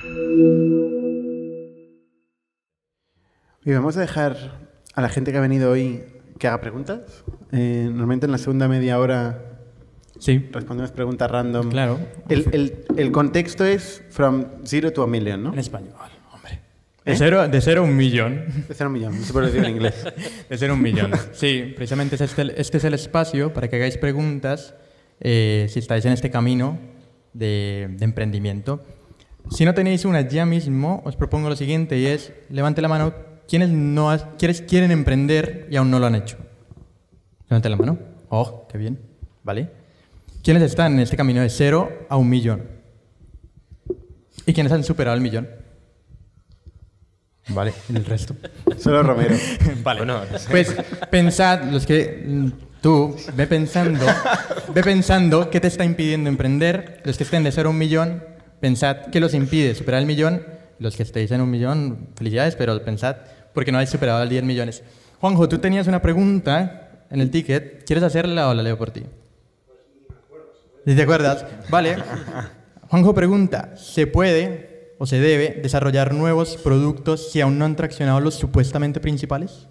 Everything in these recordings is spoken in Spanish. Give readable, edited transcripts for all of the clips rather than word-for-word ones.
Y vamos a dejar a la gente que ha venido hoy que haga preguntas. Normalmente en la segunda media hora Sí, respondemos preguntas random. claro. El contexto es from 0 to a million, ¿no? En español, hombre. ¿Eh? De 0 a 1 millón. De 0 a 1 millón, no se puede decir en inglés. De 0 a 1 millón. Sí, precisamente este es el espacio para que hagáis preguntas si estáis en este camino de emprendimiento. Si no tenéis una ya mismo, os propongo lo siguiente y es, levante la mano, ¿quiénes quieren emprender y aún no lo han hecho? Levante la mano. Oh, qué bien. Vale. ¿Quiénes están en este camino de 0 a 1 millón? ¿Y quiénes han superado el millón? Vale, el resto. Solo Romero. Vale. Bueno, no sé. Pues pensad, tú, ve pensando qué te está impidiendo emprender. Los que estén de 0 a 1 millón, pensad qué los impide superar el millón. Los que estéis en 1 millón, felicidades, pero pensad porque no habéis superado el 10 millones. Juanjo, tú tenías una pregunta en el ticket. ¿Quieres hacerla o la leo por ti? ¿Sí te acuerdas? Vale. Juanjo pregunta, ¿se puede o se debe desarrollar nuevos productos si aún no han traccionado los supuestamente principales?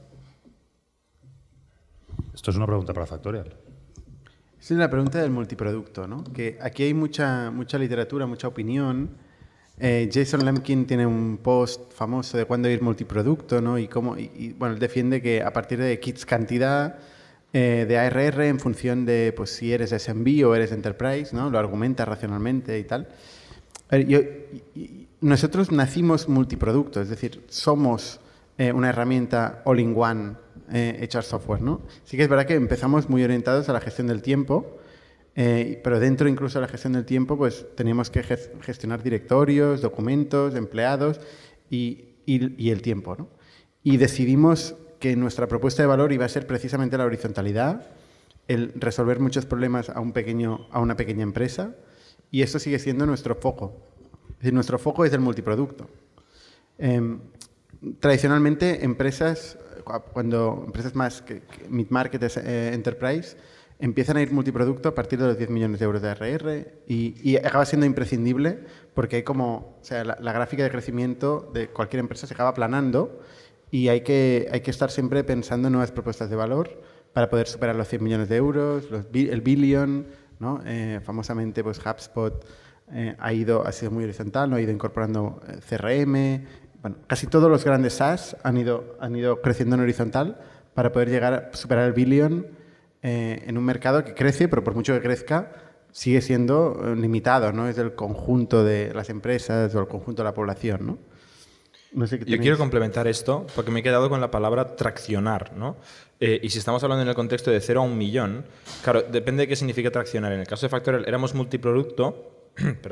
Esto es una pregunta para Factorial. Esa es la pregunta del multiproducto, ¿no? Que aquí hay mucha literatura, mucha opinión. Jason Lemkin tiene un post famoso de cuándo ir multiproducto, ¿no? Y bueno, él defiende que a partir de X cantidad de ARR en función de pues, si eres SMB o eres Enterprise, ¿no? Lo argumenta racionalmente y tal. A ver, nosotros nacimos multiproducto, es decir, somos una herramienta all-in-one HR software, ¿no? Sí que es verdad que empezamos muy orientados a la gestión del tiempo, pero dentro incluso de la gestión del tiempo pues teníamos que gestionar directorios, documentos, empleados y el tiempo, ¿no? Y decidimos que nuestra propuesta de valor iba a ser precisamente la horizontalidad, el resolver muchos problemas a una pequeña empresa, y eso sigue siendo nuestro foco. Es decir, nuestro foco es el multiproducto. Tradicionalmente, cuando empresas más que mid-market, enterprise, empiezan a ir multiproducto a partir de los 10 millones de euros de ARR y acaba siendo imprescindible porque hay la gráfica de crecimiento de cualquier empresa se acaba aplanando y hay que estar siempre pensando en nuevas propuestas de valor para poder superar los 100 millones de euros, el billion, ¿no? Famosamente, pues HubSpot ha sido muy horizontal, ¿no? Ha ido incorporando CRM. Bueno, casi todos los grandes SaaS han ido creciendo en horizontal para poder llegar a superar el billion en un mercado que crece, pero por mucho que crezca, sigue siendo limitado, ¿no? Es del conjunto de las empresas o el conjunto de la población, ¿no? No sé qué Yo quiero complementar esto porque me he quedado con la palabra traccionar, ¿no? Y si estamos hablando en el contexto de 0 a 1 millón, claro, depende de qué significa traccionar. En el caso de Factorial éramos multiproducto,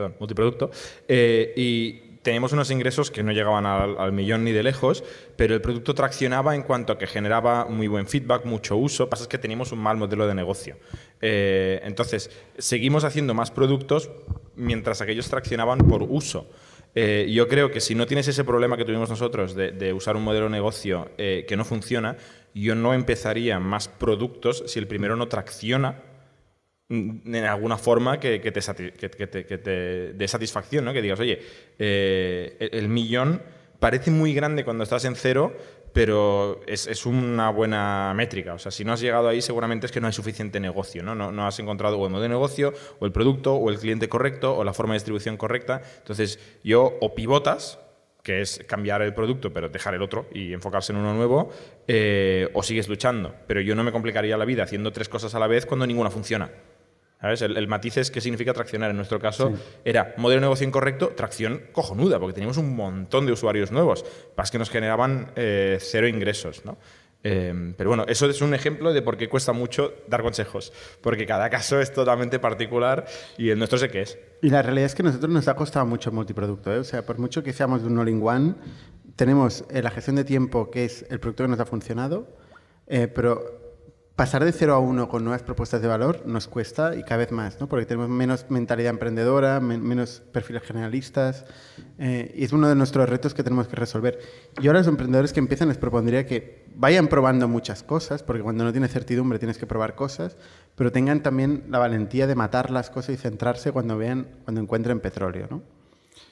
y teníamos unos ingresos que no llegaban al millón ni de lejos, pero el producto traccionaba en cuanto a que generaba muy buen feedback, mucho uso. Pasa es que teníamos un mal modelo de negocio. Entonces, seguimos haciendo más productos mientras aquellos traccionaban por uso. Yo creo que si no tienes ese problema que tuvimos nosotros de usar un modelo de negocio que no funciona, yo no empezaría más productos si el primero no tracciona en alguna forma que te dé satisfacción, ¿no? Que digas, oye, el millón parece muy grande cuando estás en cero, pero es una buena métrica. O sea, si no has llegado ahí, seguramente es que no hay suficiente negocio, ¿no? No has encontrado o el modelo de negocio, o el producto, o el cliente correcto, o la forma de distribución correcta. Entonces, o pivotas, que es cambiar el producto, pero dejar el otro y enfocarse en uno nuevo, o sigues luchando. Pero yo no me complicaría la vida haciendo 3 cosas a la vez cuando ninguna funciona. ¿Sabes? El matiz es qué significa traccionar. En nuestro caso era modelo de negocio incorrecto, tracción cojonuda, porque teníamos un montón de usuarios nuevos, más que nos generaban 0 ingresos, ¿no? Pero bueno, eso es un ejemplo de por qué cuesta mucho dar consejos, porque cada caso es totalmente particular y el nuestro sé qué es. Y la realidad es que a nosotros nos ha costado mucho el multiproducto, ¿eh? O sea, por mucho que seamos de un all-in-one, tenemos la gestión de tiempo, que es el producto que nos ha funcionado, pero pasar de 0 a 1 con nuevas propuestas de valor nos cuesta y cada vez más, ¿no? Porque tenemos menos mentalidad emprendedora, menos perfiles generalistas y es uno de nuestros retos que tenemos que resolver. Y ahora los emprendedores que empiezan les propondría que vayan probando muchas cosas, porque cuando no tienes certidumbre tienes que probar cosas, pero tengan también la valentía de matar las cosas y centrarse cuando encuentren petróleo, ¿no?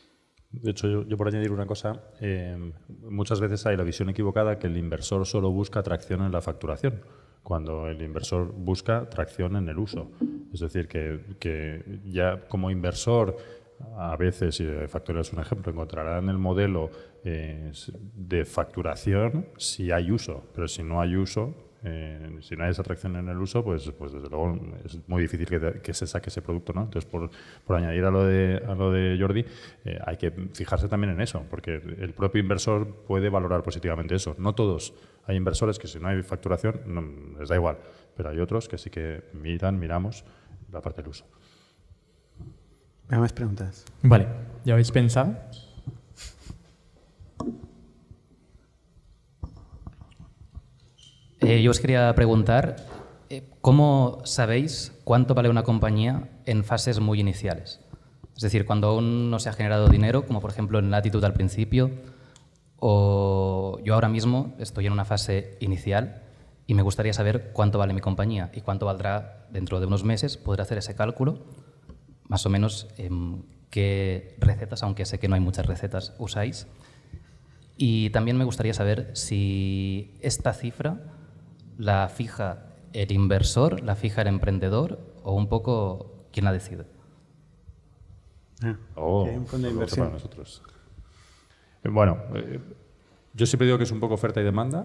De hecho, yo por añadir una cosa, muchas veces hay la visión equivocada que el inversor solo busca tracción en la facturación, cuando el inversor busca tracción en el uso. Es decir, que ya como inversor, a veces, y Factorial es un ejemplo, encontrará en el modelo de facturación si hay uso, pero si no hay uso, si no hay esa atracción en el uso, pues desde luego es muy difícil que se saque ese producto, ¿no? Entonces, por añadir a lo de Jordi, hay que fijarse también en eso, porque el propio inversor puede valorar positivamente eso. No todos. Hay inversores que si no hay facturación no, les da igual, pero hay otros que sí que miramos la parte del uso. Más preguntas. Vale, ¿ya habéis pensado? Yo os quería preguntar, ¿cómo sabéis cuánto vale una compañía en fases muy iniciales? Es decir, cuando aún no se ha generado dinero, como por ejemplo en Latitude al principio, o yo ahora mismo estoy en una fase inicial y me gustaría saber cuánto vale mi compañía y cuánto valdrá dentro de unos meses. ¿Podré hacer ese cálculo? Más o menos qué recetas, aunque sé que no hay muchas recetas, usáis. Y también me gustaría saber si esta cifra la fija el inversor, la fija el emprendedor o un poco quién la decide. Hay un fondo de inversión para nosotros. Bueno, yo siempre digo que es un poco oferta y demanda.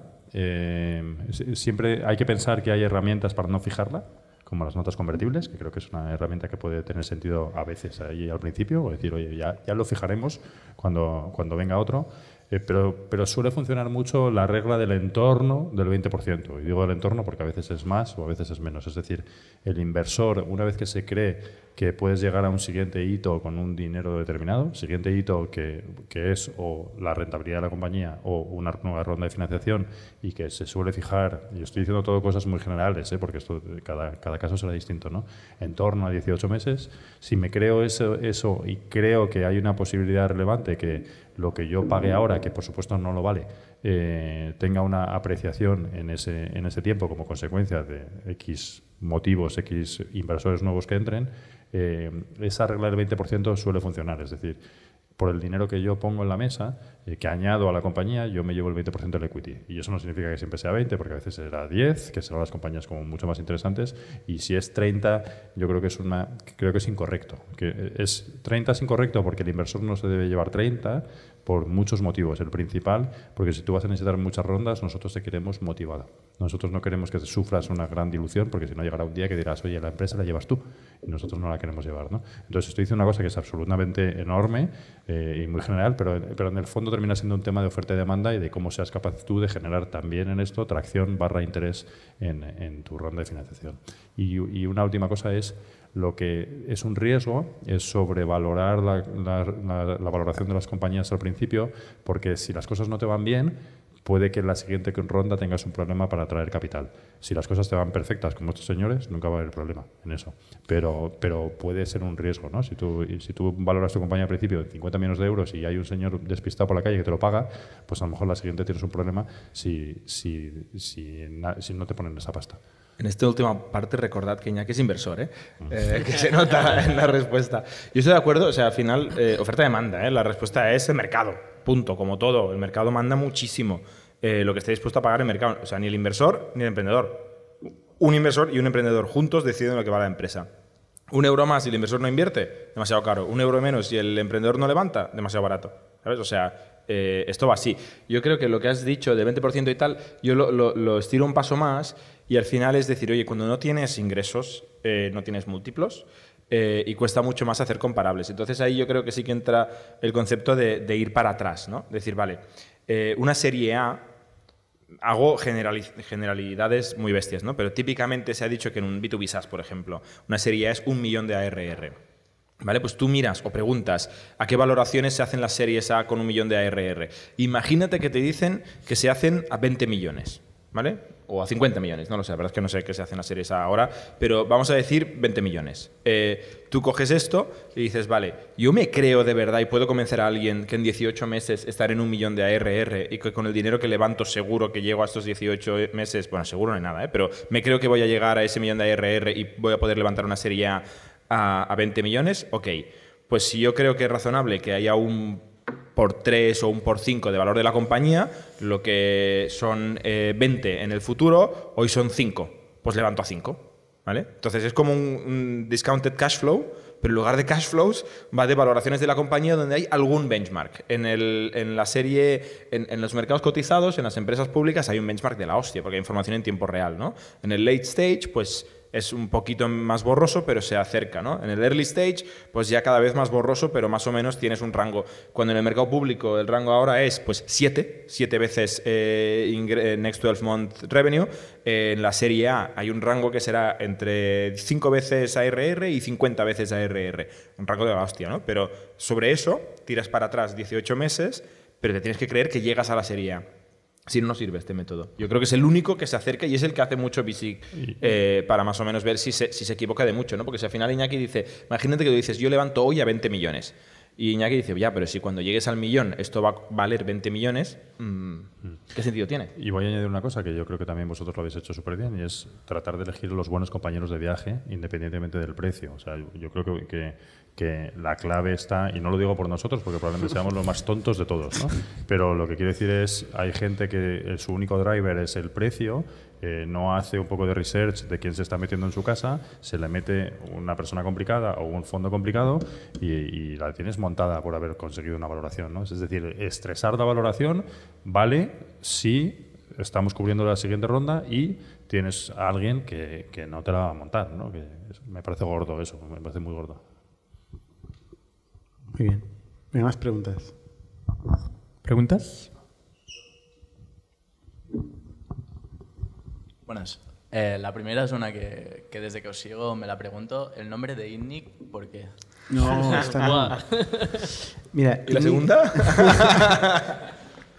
Siempre hay que pensar que hay herramientas para no fijarla, como las notas convertibles, que creo que es una herramienta que puede tener sentido a veces ahí al principio, o decir, oye, ya lo fijaremos cuando venga otro. Pero suele funcionar mucho la regla del entorno del 20%. Y digo del entorno porque a veces es más o a veces es menos. Es decir, el inversor, una vez que se cree que puedes llegar a un siguiente hito con un dinero determinado, siguiente hito que es o la rentabilidad de la compañía o una nueva ronda de financiación, y que se suele fijar, y estoy diciendo todo cosas muy generales, porque esto cada caso será distinto, ¿no? En torno a 18 meses, si me creo eso y creo que hay una posibilidad relevante que lo que yo pague ahora, que por supuesto no lo vale, tenga una apreciación en ese tiempo como consecuencia de X motivos, X inversores nuevos que entren, esa regla del 20% suele funcionar. Es decir, por el dinero que yo pongo en la mesa, que añado a la compañía, yo me llevo el 20% del equity. Y eso no significa que siempre sea 20, porque a veces será 10, que serán las compañías como mucho más interesantes. Y si es 30, yo creo que es incorrecto. Que 30 es incorrecto porque el inversor no se debe llevar 30 por muchos motivos. El principal, porque si tú vas a necesitar muchas rondas, nosotros te queremos motivado. Nosotros no queremos que sufras una gran dilución, porque si no llegará un día que dirás, oye, la empresa la llevas tú, y nosotros no la queremos llevar, ¿no? Entonces estoy diciendo una cosa que es absolutamente enorme y muy general, pero en el fondo termina siendo un tema de oferta y demanda y de cómo seas capaz tú de generar también en esto tracción / interés en tu ronda de financiación. Y una última cosa es, lo que es un riesgo es sobrevalorar la valoración de las compañías al principio, porque si las cosas no te van bien, puede que en la siguiente ronda tengas un problema para atraer capital. Si las cosas te van perfectas como estos señores, nunca va a haber problema en eso. Pero puede ser un riesgo, ¿no? Si tú valoras tu compañía al principio en 50 millones de euros y hay un señor despistado por la calle que te lo paga, pues a lo mejor la siguiente tienes un problema si no te ponen esa pasta. En esta última parte, recordad que Iñaki es inversor, que se nota en la respuesta. Yo estoy de acuerdo, o sea, al final, oferta-demanda, la respuesta es el mercado, punto, como todo. El mercado manda muchísimo lo que esté dispuesto a pagar el mercado. O sea, ni el inversor ni el emprendedor. Un inversor y un emprendedor juntos deciden lo que va a la empresa. Un euro más y el inversor no invierte, demasiado caro. Un euro menos y el emprendedor no levanta, demasiado barato. ¿Sabes? O sea, esto va así. Yo creo que lo que has dicho del 20% y tal, yo lo estiro un paso más y al final es decir, oye, cuando no tienes ingresos, no tienes múltiplos y cuesta mucho más hacer comparables. Entonces ahí yo creo que sí que entra el concepto de ir para atrás, ¿no? Decir, vale, una serie A, hago generalidades muy bestias, ¿no? Pero típicamente se ha dicho que en un B2B SaaS, por ejemplo, una serie A es 1 millón de ARR. ¿Vale? Pues tú miras o preguntas a qué valoraciones se hacen las series A con 1 millón de ARR. Imagínate que te dicen que se hacen a 20 millones, ¿vale? O a 50 millones, no lo sé, la verdad es que no sé qué se hacen las series A ahora, pero vamos a decir 20 millones. Tú coges esto y dices, vale, yo me creo de verdad y puedo convencer a alguien que en 18 meses estaré en 1 millón de ARR y que con el dinero que levanto seguro que llego a estos 18 meses, bueno, seguro no hay nada, pero me creo que voy a llegar a ese millón de ARR y voy a poder levantar una serie A 20 millones, ok. Pues si yo creo que es razonable que haya un por 3 o un por 5 de valor de la compañía, lo que son 20 en el futuro, hoy son 5, pues levanto a 5. ¿Vale? Entonces es como un discounted cash flow, pero en lugar de cash flows va de valoraciones de la compañía donde hay algún benchmark. En la serie, en los mercados cotizados, en las empresas públicas hay un benchmark de la hostia, porque hay información en tiempo real, ¿no? En el late stage, pues es un poquito más borroso, pero se acerca, ¿no? En el early stage, pues ya cada vez más borroso, pero más o menos tienes un rango. Cuando en el mercado público el rango ahora es pues 7 veces next 12 month revenue, en la serie A hay un rango que será entre 5 veces ARR y 50 veces ARR. Un rango de la hostia, ¿no? Pero sobre eso tiras para atrás 18 meses, pero te tienes que creer que llegas a la serie A. Si no, no sirve este método. Yo creo que es el único que se acerca y es el que hace mucho VC para más o menos ver si se equivoca de mucho, ¿no? Porque si al final Iñaki dice, imagínate que tú dices, yo levanto hoy a 20 millones. Y Iñaki dice, ya, pero si cuando llegues al millón esto va a valer 20 millones, ¿qué sentido tiene? Y voy a añadir una cosa que yo creo que también vosotros lo habéis hecho súper bien, y es tratar de elegir los buenos compañeros de viaje independientemente del precio. O sea, yo creo que la clave está, y no lo digo por nosotros porque probablemente seamos los más tontos de todos, ¿no? Pero lo que quiero decir es, hay gente que su único driver es el precio, no hace un poco de research de quién se está metiendo en su casa, se le mete una persona complicada o un fondo complicado y la tienes montada por haber conseguido una valoración, ¿no? Es decir, estresar la valoración vale si estamos cubriendo la siguiente ronda y tienes a alguien que no te la va a montar, ¿no? Me parece gordo eso, me parece muy gordo. Muy bien. Venga, más preguntas. ¿Preguntas? Buenas. La primera es una que desde que os sigo me la pregunto. El nombre de INNIC, ¿por qué? No, esta no. Mira, ¿Y la segunda?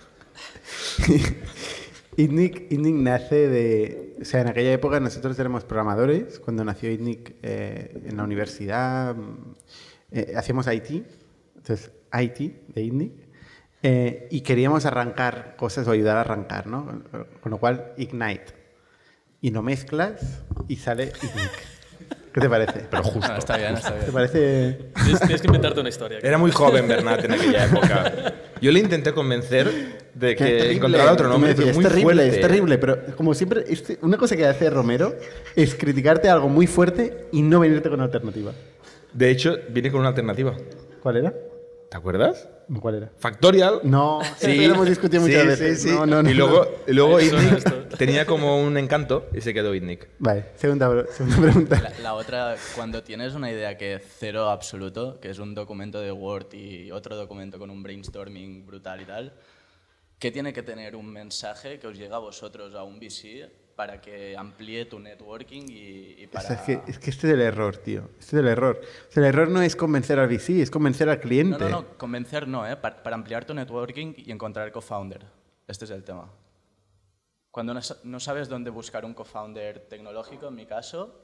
ITNIC nace de... O sea, en aquella época nosotros éramos programadores. Cuando nació ITNIC en la universidad, hacíamos IT. Entonces, IT de ITNIC. Y queríamos arrancar cosas o ayudar a arrancar, ¿no? Con lo cual, Ignite. Y lo mezclas y sale ITNIC. ¿Qué te parece? Pero justo. No, está bien, está bien. ¿Te parece...? Tienes que inventarte una historia. Era muy joven Bernat en aquella época. Yo le intenté convencer de Que es que terrible. encontrara otro nombre, Tú me pero decías, muy fuerte. es terrible, pero como siempre, una cosa que hace Romero es criticarte algo muy fuerte y no venirte con alternativa. De hecho, viene con una alternativa. ¿Cuál era? ¿Te acuerdas? ¿Cuál era? Factorial. No, esto ya lo hemos discutido muchas veces. Sí. No. Y luego Eso, ITNIC esto. tenía como un encanto y se quedó ITNIC. Vale, segunda pregunta. La otra, cuando tienes una idea que es cero absoluto, que es un documento de Word y otro documento con un brainstorming brutal y tal, ¿qué tiene que tener un mensaje que os llega a vosotros, a un VC, para que amplíe tu networking y O para... sea, es que este es el error, tío. Este es el error. O sea, el error no es convencer al VC, es convencer al cliente. No, convencer no, para ampliar tu networking y encontrar co-founder. Este es el tema. Cuando no sabes dónde buscar un co-founder tecnológico, en mi caso,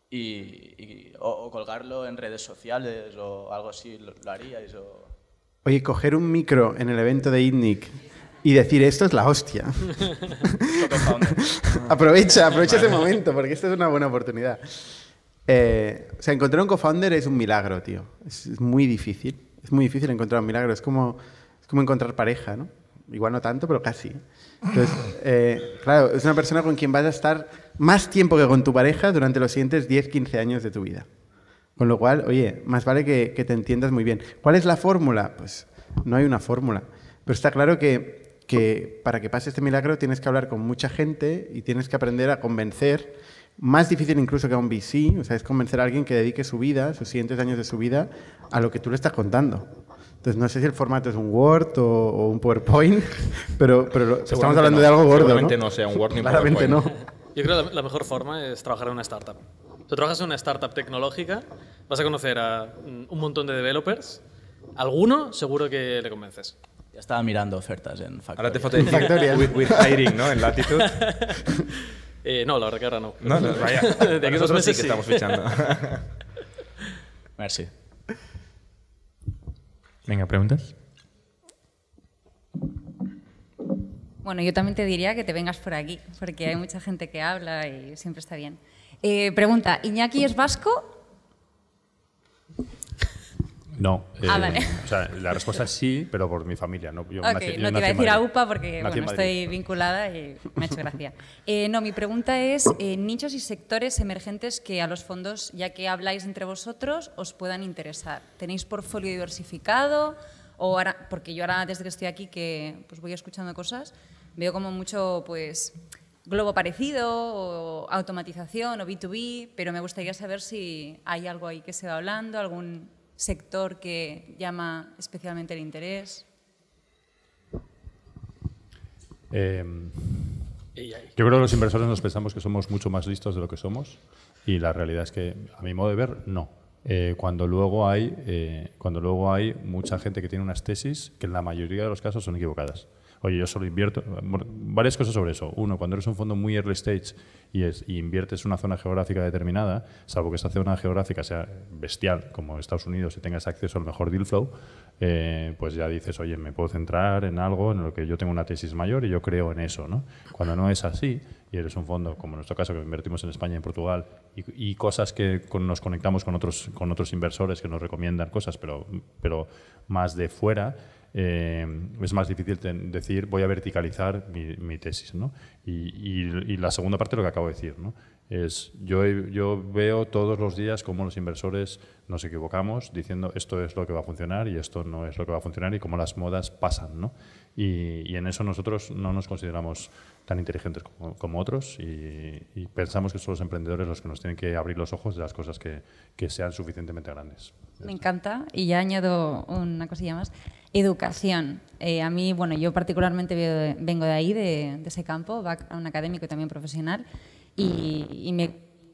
o colgarlo en redes sociales o algo así, ¿lo haríais? Oye, coger un micro en el evento de ITNIC y decir, esto es la hostia. Co-founder. aprovecha ese momento, porque esta es una buena oportunidad. O sea, encontrar un co-founder es un milagro, tío. Es muy difícil. Es muy difícil encontrar un milagro. Es como encontrar pareja, ¿no? Igual no tanto, pero casi. Entonces, claro, es una persona con quien vas a estar más tiempo que con tu pareja durante los siguientes 10, 15 años de tu vida. Con lo cual, oye, más vale que te entiendas muy bien. ¿Cuál es la fórmula? Pues no hay una fórmula. Pero está claro que para que pase este milagro tienes que hablar con mucha gente y tienes que aprender a convencer, más difícil incluso que a un VC, o sea, es convencer a alguien que dedique su vida, sus siguientes años de su vida, a lo que tú le estás contando. Entonces, no sé si el formato es un Word o un PowerPoint, pero estamos hablando de algo gordo, Seguramente ¿no? no sea un Word ni Claramente no. PowerPoint. Yo creo que la mejor forma es trabajar en una startup. Si trabajas en una startup tecnológica, vas a conocer a un montón de developers. Alguno seguro que le convences. Ya estaba mirando ofertas en Factorial. Ahora te falta decir Factorial. with hiring, ¿no? En Latitude. No, la verdad que ahora no. No, vaya. De aquí a 2 Nosotros sí meses que sí. estamos fichando. Merci. Venga, ¿preguntas? Bueno, yo también te diría que te vengas por aquí, porque hay mucha gente que habla y siempre está bien. Pregunta, ¿Iñaki es vasco? No. Vale. O sea, la respuesta es sí, pero por mi familia. No, yo Ok, nací- yo no te nací iba a en decir a Madrid. UPA porque Nací en bueno, Madrid. estoy vinculada y me ha hecho gracia. No, mi pregunta es nichos y sectores emergentes que a los fondos, ya que habláis entre vosotros, os puedan interesar. ¿Tenéis portfolio diversificado? O ahora, porque yo ahora, desde que estoy aquí, que pues voy escuchando cosas, veo como mucho pues globo parecido, o automatización, o B2B, pero me gustaría saber si hay algo ahí que se va hablando, algún sector que llama especialmente el interés. Yo creo que los inversores nos pensamos que somos mucho más listos de lo que somos y la realidad es que, a mi modo de ver, no. Cuando luego hay mucha gente que tiene unas tesis que en la mayoría de los casos son equivocadas. Oye, yo solo invierto... Varias cosas sobre eso. Uno, cuando eres un fondo muy early stage y inviertes en una zona geográfica determinada, salvo que esa zona geográfica sea bestial, como Estados Unidos, y tengas acceso al mejor deal flow, pues ya dices, oye, me puedo centrar en algo en lo que yo tengo una tesis mayor y yo creo en eso, ¿no? Cuando no es así, y eres un fondo, como en nuestro caso, que invertimos en España y en Portugal, y cosas que nos conectamos con otros inversores que nos recomiendan cosas, pero más de fuera, es más difícil decir voy a verticalizar mi tesis, ¿no? Y la segunda parte, lo que acabo de decir, ¿no? Es yo veo todos los días cómo los inversores nos equivocamos diciendo esto es lo que va a funcionar y esto no es lo que va a funcionar y cómo las modas pasan, ¿no? Y en eso nosotros no nos consideramos tan inteligentes como otros y pensamos que son los emprendedores los que nos tienen que abrir los ojos de las cosas que sean suficientemente grandes. Me encanta. Y ya añado una cosilla más. Educación. A mí, bueno, yo particularmente vengo de ahí, de ese campo, un académico y también profesional, y me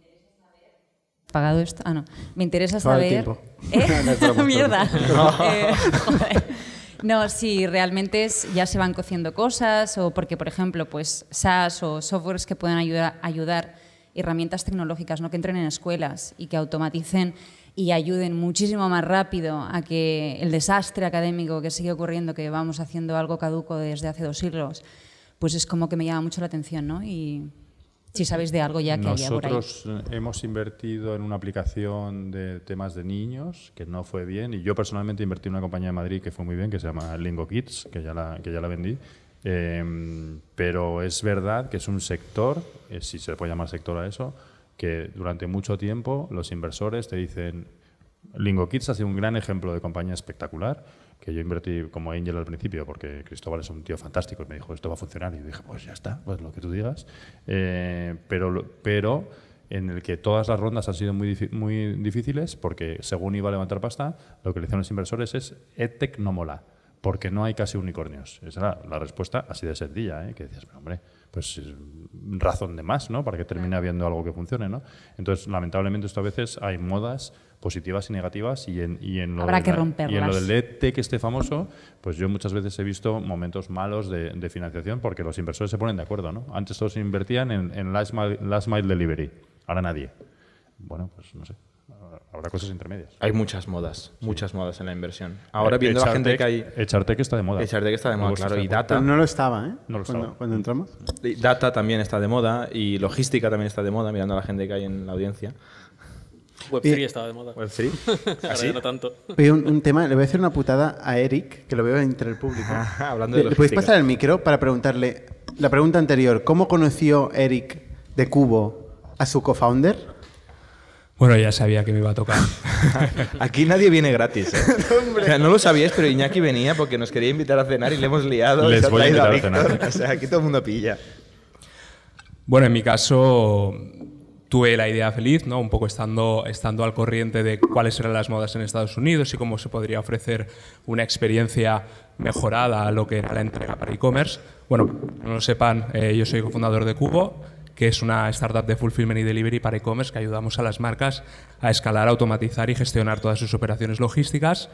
pagado esto. Ah, no. Me interesa Todo el saber. tiempo. Mierda. Joder. No, si realmente ya se van cociendo cosas o porque, por ejemplo, pues SaaS o softwares que puedan ayudar herramientas tecnológicas, ¿no? Que entren en escuelas y que automaticen y ayuden muchísimo más rápido a que el desastre académico que sigue ocurriendo, que vamos haciendo algo caduco desde hace 2 siglos, pues es como que me llama mucho la atención, ¿no? Y si sabéis de algo ya que haya por ahí. Nosotros hemos invertido en una aplicación de temas de niños que no fue bien y yo personalmente invertí en una compañía de Madrid que fue muy bien, que se llama Lingo Kids, que ya la vendí. Pero es verdad que es un sector, si se puede llamar sector a eso, que durante mucho tiempo los inversores te dicen Lingo Kids ha sido un gran ejemplo de compañía espectacular, que yo invertí como angel al principio porque Cristóbal es un tío fantástico y me dijo esto va a funcionar y dije pues ya está, pues lo que tú digas, pero en el que todas las rondas han sido muy difíciles porque según iba a levantar pasta lo que le decían los inversores es EdTech no mola porque no hay casi unicornios. Esa era la respuesta así de sencilla, que decías, pero hombre, pues razón de más, ¿no? Para que termine habiendo algo que funcione, ¿no? Entonces, lamentablemente, esto a veces hay modas positivas y negativas y en lo Habrá que romperlas. Y en lo del EdTech este famoso, pues yo muchas veces he visto momentos malos de financiación porque los inversores se ponen de acuerdo, ¿no? Antes todos invertían en last mile delivery, ahora nadie. Bueno, pues no sé. Habrá cosas intermedias. Hay muchas modas en la inversión. Ahora viendo la gente que hay... Echartech está de moda. Echartech está de moda, claro. Y Data... Pero no lo estaba, ¿eh? No lo estaba. Cuando entramos. Y Data también está de moda y logística también está de moda, mirando a la gente que hay en la audiencia. Web3 estaba de moda. Web3. Ahora ya no tanto. Oye, un tema, le voy a hacer una putada a Eric, que lo veo entre el público. Hablando de ¿Le podéis logística. pasar el micro para preguntarle la pregunta anterior? ¿Cómo conoció Eric de Cubo a su co-founder? Bueno, ya sabía que me iba a tocar. Aquí nadie viene gratis, ¿eh? O sea, no lo sabíais, pero Iñaki venía porque nos quería invitar a cenar y le hemos liado. Les y se ha voy a traído invitar a Víctor. cenar. O sea, aquí todo el mundo pilla. Bueno, en mi caso tuve la idea feliz, ¿no? Un poco estando al corriente de cuáles eran las modas en Estados Unidos y cómo se podría ofrecer una experiencia mejorada a lo que era la entrega para e-commerce. Bueno, no lo sepan, yo soy cofundador de Cubo, que es una startup de fulfillment y delivery para e-commerce que ayudamos a las marcas a escalar, automatizar y gestionar todas sus operaciones logísticas.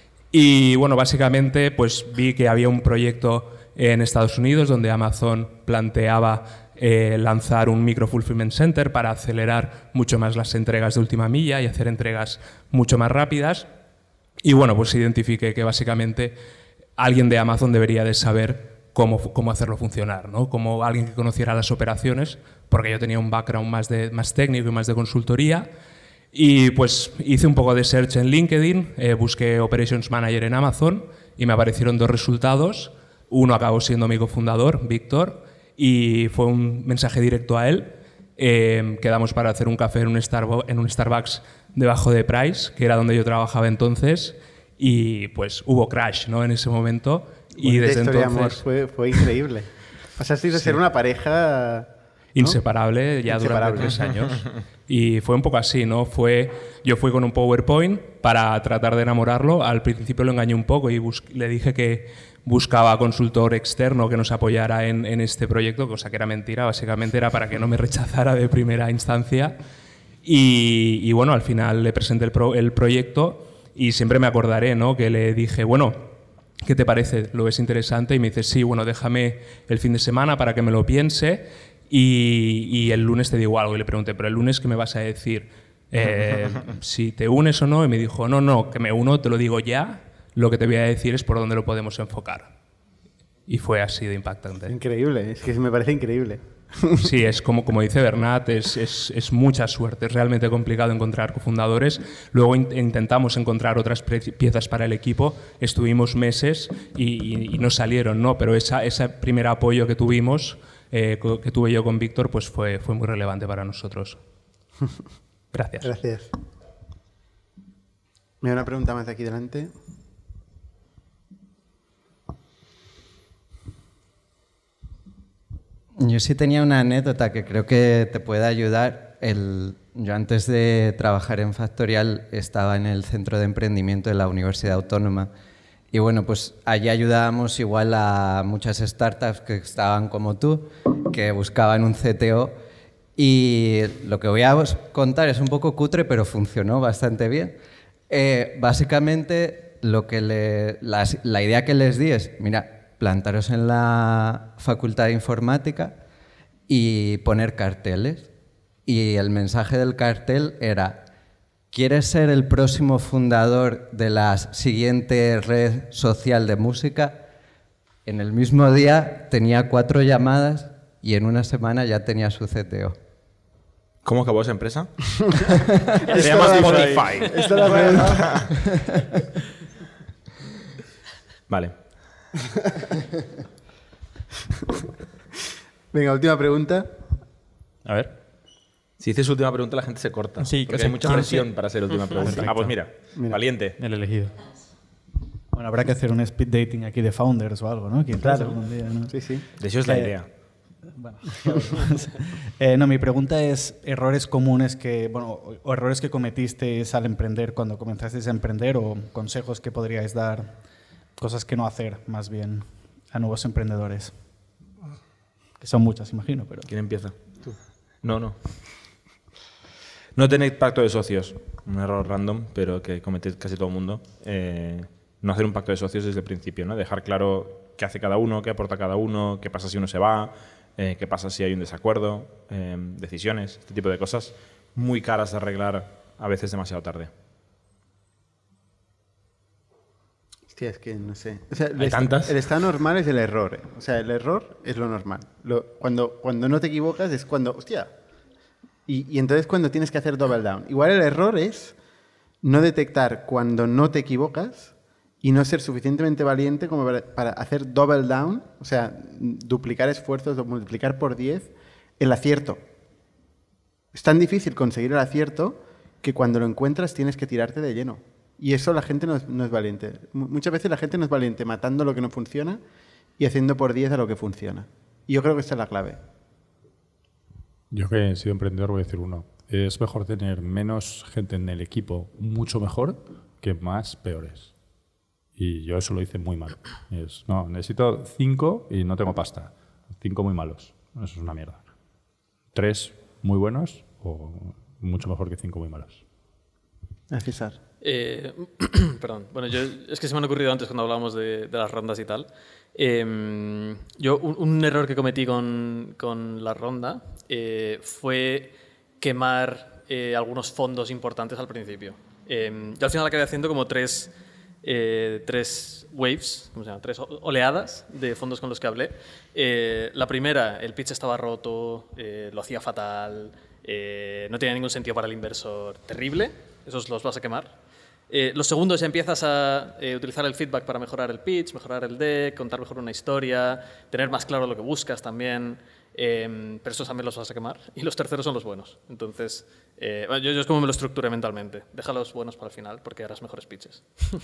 Y bueno, básicamente pues vi que había un proyecto en Estados Unidos donde Amazon planteaba lanzar un micro fulfillment center para acelerar mucho más las entregas de última milla y hacer entregas mucho más rápidas. Y bueno, pues identifiqué que básicamente alguien de Amazon debería de saber cómo hacerlo funcionar, ¿no? Como alguien que conociera las operaciones, porque yo tenía un background más técnico y más de consultoría. Y pues hice un poco de search en LinkedIn, busqué Operations Manager en Amazon y me aparecieron 2 resultados. Uno acabó siendo mi cofundador, Víctor, y fue un mensaje directo a él. Quedamos para hacer un café en un Starbucks debajo de Price, que era donde yo trabajaba entonces, y pues hubo crash, ¿no?, en ese momento. Y desde historia entonces... de amor, fue increíble. Pasasteis de ser una pareja... ¿no? Inseparable ya Inseparable. durante 3 años. Y fue un poco así, ¿no? Yo fui con un PowerPoint para tratar de enamorarlo. Al principio lo engañé un poco y le dije que buscaba consultor externo que nos apoyara en este proyecto, cosa que era mentira. Básicamente era para que no me rechazara de primera instancia. Y bueno, al final le presenté el proyecto y siempre me acordaré, ¿no?, que le dije, bueno, ¿qué te parece? ¿Lo ves interesante? Y me dice, sí, bueno, déjame el fin de semana para que me lo piense. Y el lunes te digo algo. Y le pregunté, ¿pero el lunes qué me vas a decir? Si te unes o no. Y me dijo, no, que me uno, te lo digo ya. Lo que te voy a decir es por dónde lo podemos enfocar. Y fue así de impactante. Increíble, es que me parece increíble. Sí, es como dice Bernat, es mucha suerte. Es realmente complicado encontrar cofundadores. Luego intentamos encontrar otras piezas para el equipo. Estuvimos meses y no salieron, ¿no? Pero ese primer apoyo que tuvimos... que tuve yo con Víctor, pues fue muy relevante para nosotros. Gracias. Gracias. Me da una pregunta más de aquí delante. Yo sí tenía una anécdota que creo que te puede ayudar. Yo antes de trabajar en Factorial estaba en el Centro de Emprendimiento de la Universidad Autónoma. Y bueno, pues allí ayudábamos igual a muchas startups que estaban como tú, que buscaban un CTO. Y lo que voy a contar es un poco cutre, pero funcionó bastante bien. Básicamente, la idea que les di es, mira, plantaros en la Facultad de Informática y poner carteles. Y el mensaje del cartel era... ¿Quieres ser el próximo fundador de la siguiente red social de música? En el mismo día tenía 4 llamadas y en una semana ya tenía su CTO. ¿Cómo acabó esa empresa? Se llama Spotify. Esta es la pregunta. Vale. Venga, última pregunta. A ver. Si dices última pregunta, la gente se corta. Sí, porque hay mucha presión para ser última pregunta. Perfecto. Pues mira, valiente. El elegido. Bueno, habrá que hacer un speed dating aquí de founders o algo, ¿no? Claro. Algún día, ¿no? Sí, sí. De eso es la idea. Bueno, no, mi pregunta es errores comunes o errores que cometisteis al emprender cuando comenzasteis a emprender o consejos que podríais dar, cosas que no hacer más bien a nuevos emprendedores. Que son muchas, imagino, pero... ¿Quién empieza? Tú. No. No tener pacto de socios. Un error random, pero que comete casi todo el mundo. No hacer un pacto de socios desde el principio, ¿no? Dejar claro qué hace cada uno, qué aporta cada uno, qué pasa si uno se va, qué pasa si hay un desacuerdo, decisiones, este tipo de cosas muy caras de arreglar a veces demasiado tarde. Hostia, es que no sé. O sea, ¿Hay tantas? El estado normal es el error. O sea, el error es lo normal. Cuando no te equivocas es cuando... ¡Hostia! Y entonces cuando tienes que hacer double down. Igual el error es no detectar cuando no te equivocas y no ser suficientemente valiente como para hacer double down, o sea, duplicar esfuerzos o multiplicar por 10 el acierto. Es tan difícil conseguir el acierto que cuando lo encuentras tienes que tirarte de lleno. Y eso la gente no es valiente. Muchas veces la gente no es valiente matando lo que no funciona y haciendo por 10 a lo que funciona. Y yo creo que esta es la clave. Yo que he sido emprendedor voy a decir uno. Es mejor tener menos gente en el equipo mucho mejor que más peores. Y yo eso lo hice muy mal. No, necesito 5 y no tengo pasta. 5 muy malos. Eso es una mierda. 3 muy buenos o mucho mejor que 5 muy malos. César. Perdón. Bueno, es que se me han ocurrido antes cuando hablábamos de las rondas y tal. Yo un error que cometí con la ronda fue quemar algunos fondos importantes al principio. Yo al final acabé haciendo como tres waves, ¿cómo se llama? 3 oleadas de fondos con los que hablé. La primera, el pitch estaba roto, lo hacía fatal, no tiene ningún sentido para el inversor terrible, esos los vas a quemar. Los segundos ya empiezas a utilizar el feedback para mejorar el pitch, mejorar el deck, contar mejor una historia, tener más claro lo que buscas también, pero esos también los vas a quemar. Y los terceros son los buenos. Entonces, yo es como me lo estructuré mentalmente. Deja los buenos para el final porque harás mejores pitches.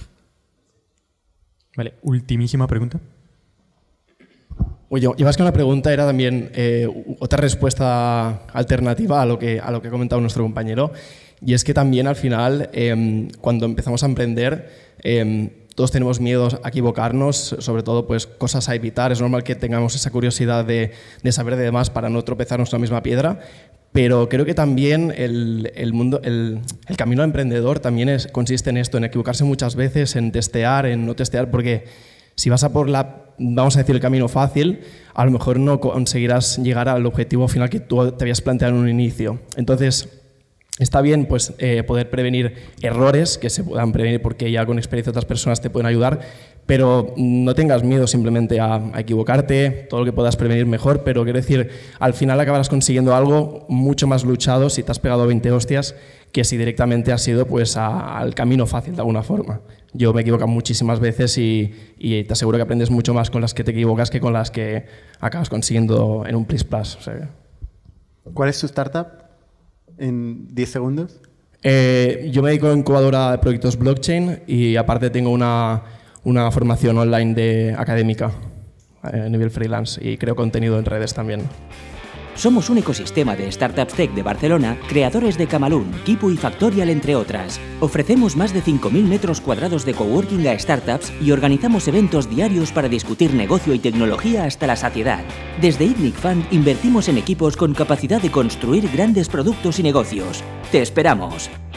Vale, ultimísima pregunta. Oye, y más que una pregunta, era también otra respuesta alternativa a lo que ha comentado nuestro compañero. Y es que también al final, cuando empezamos a emprender, todos tenemos miedo a equivocarnos, sobre todo pues cosas a evitar. Es normal que tengamos esa curiosidad de saber de demás para no tropezarnos en la misma piedra. Pero creo que también el camino al emprendedor también consiste en esto, en equivocarse muchas veces, en testear, en no testear, porque si vas a por vamos a decir, el camino fácil, a lo mejor no conseguirás llegar al objetivo final que tú te habías planteado en un inicio. Entonces, está bien pues, poder prevenir errores que se puedan prevenir porque ya con experiencia otras personas te pueden ayudar, pero no tengas miedo simplemente a equivocarte, todo lo que puedas prevenir mejor, pero quiero decir, al final acabarás consiguiendo algo mucho más luchado si te has pegado 20 hostias que si directamente has ido pues, al camino fácil de alguna forma. Yo me he equivocado muchísimas veces y te aseguro que aprendes mucho más con las que te equivocas que con las que acabas consiguiendo en un plis plus. O sea. ¿Cuál es tu startup? ¿En 10 segundos? Yo me dedico a incubadora de proyectos blockchain y aparte tengo una formación online académica a nivel freelance y creo contenido en redes también. Somos un ecosistema de startups tech de Barcelona, creadores de Camalún, Kipu y Factorial, entre otras. Ofrecemos más de 5.000 metros cuadrados de coworking a startups y organizamos eventos diarios para discutir negocio y tecnología hasta la saciedad. Desde ITNIC Fund invertimos en equipos con capacidad de construir grandes productos y negocios. ¡Te esperamos!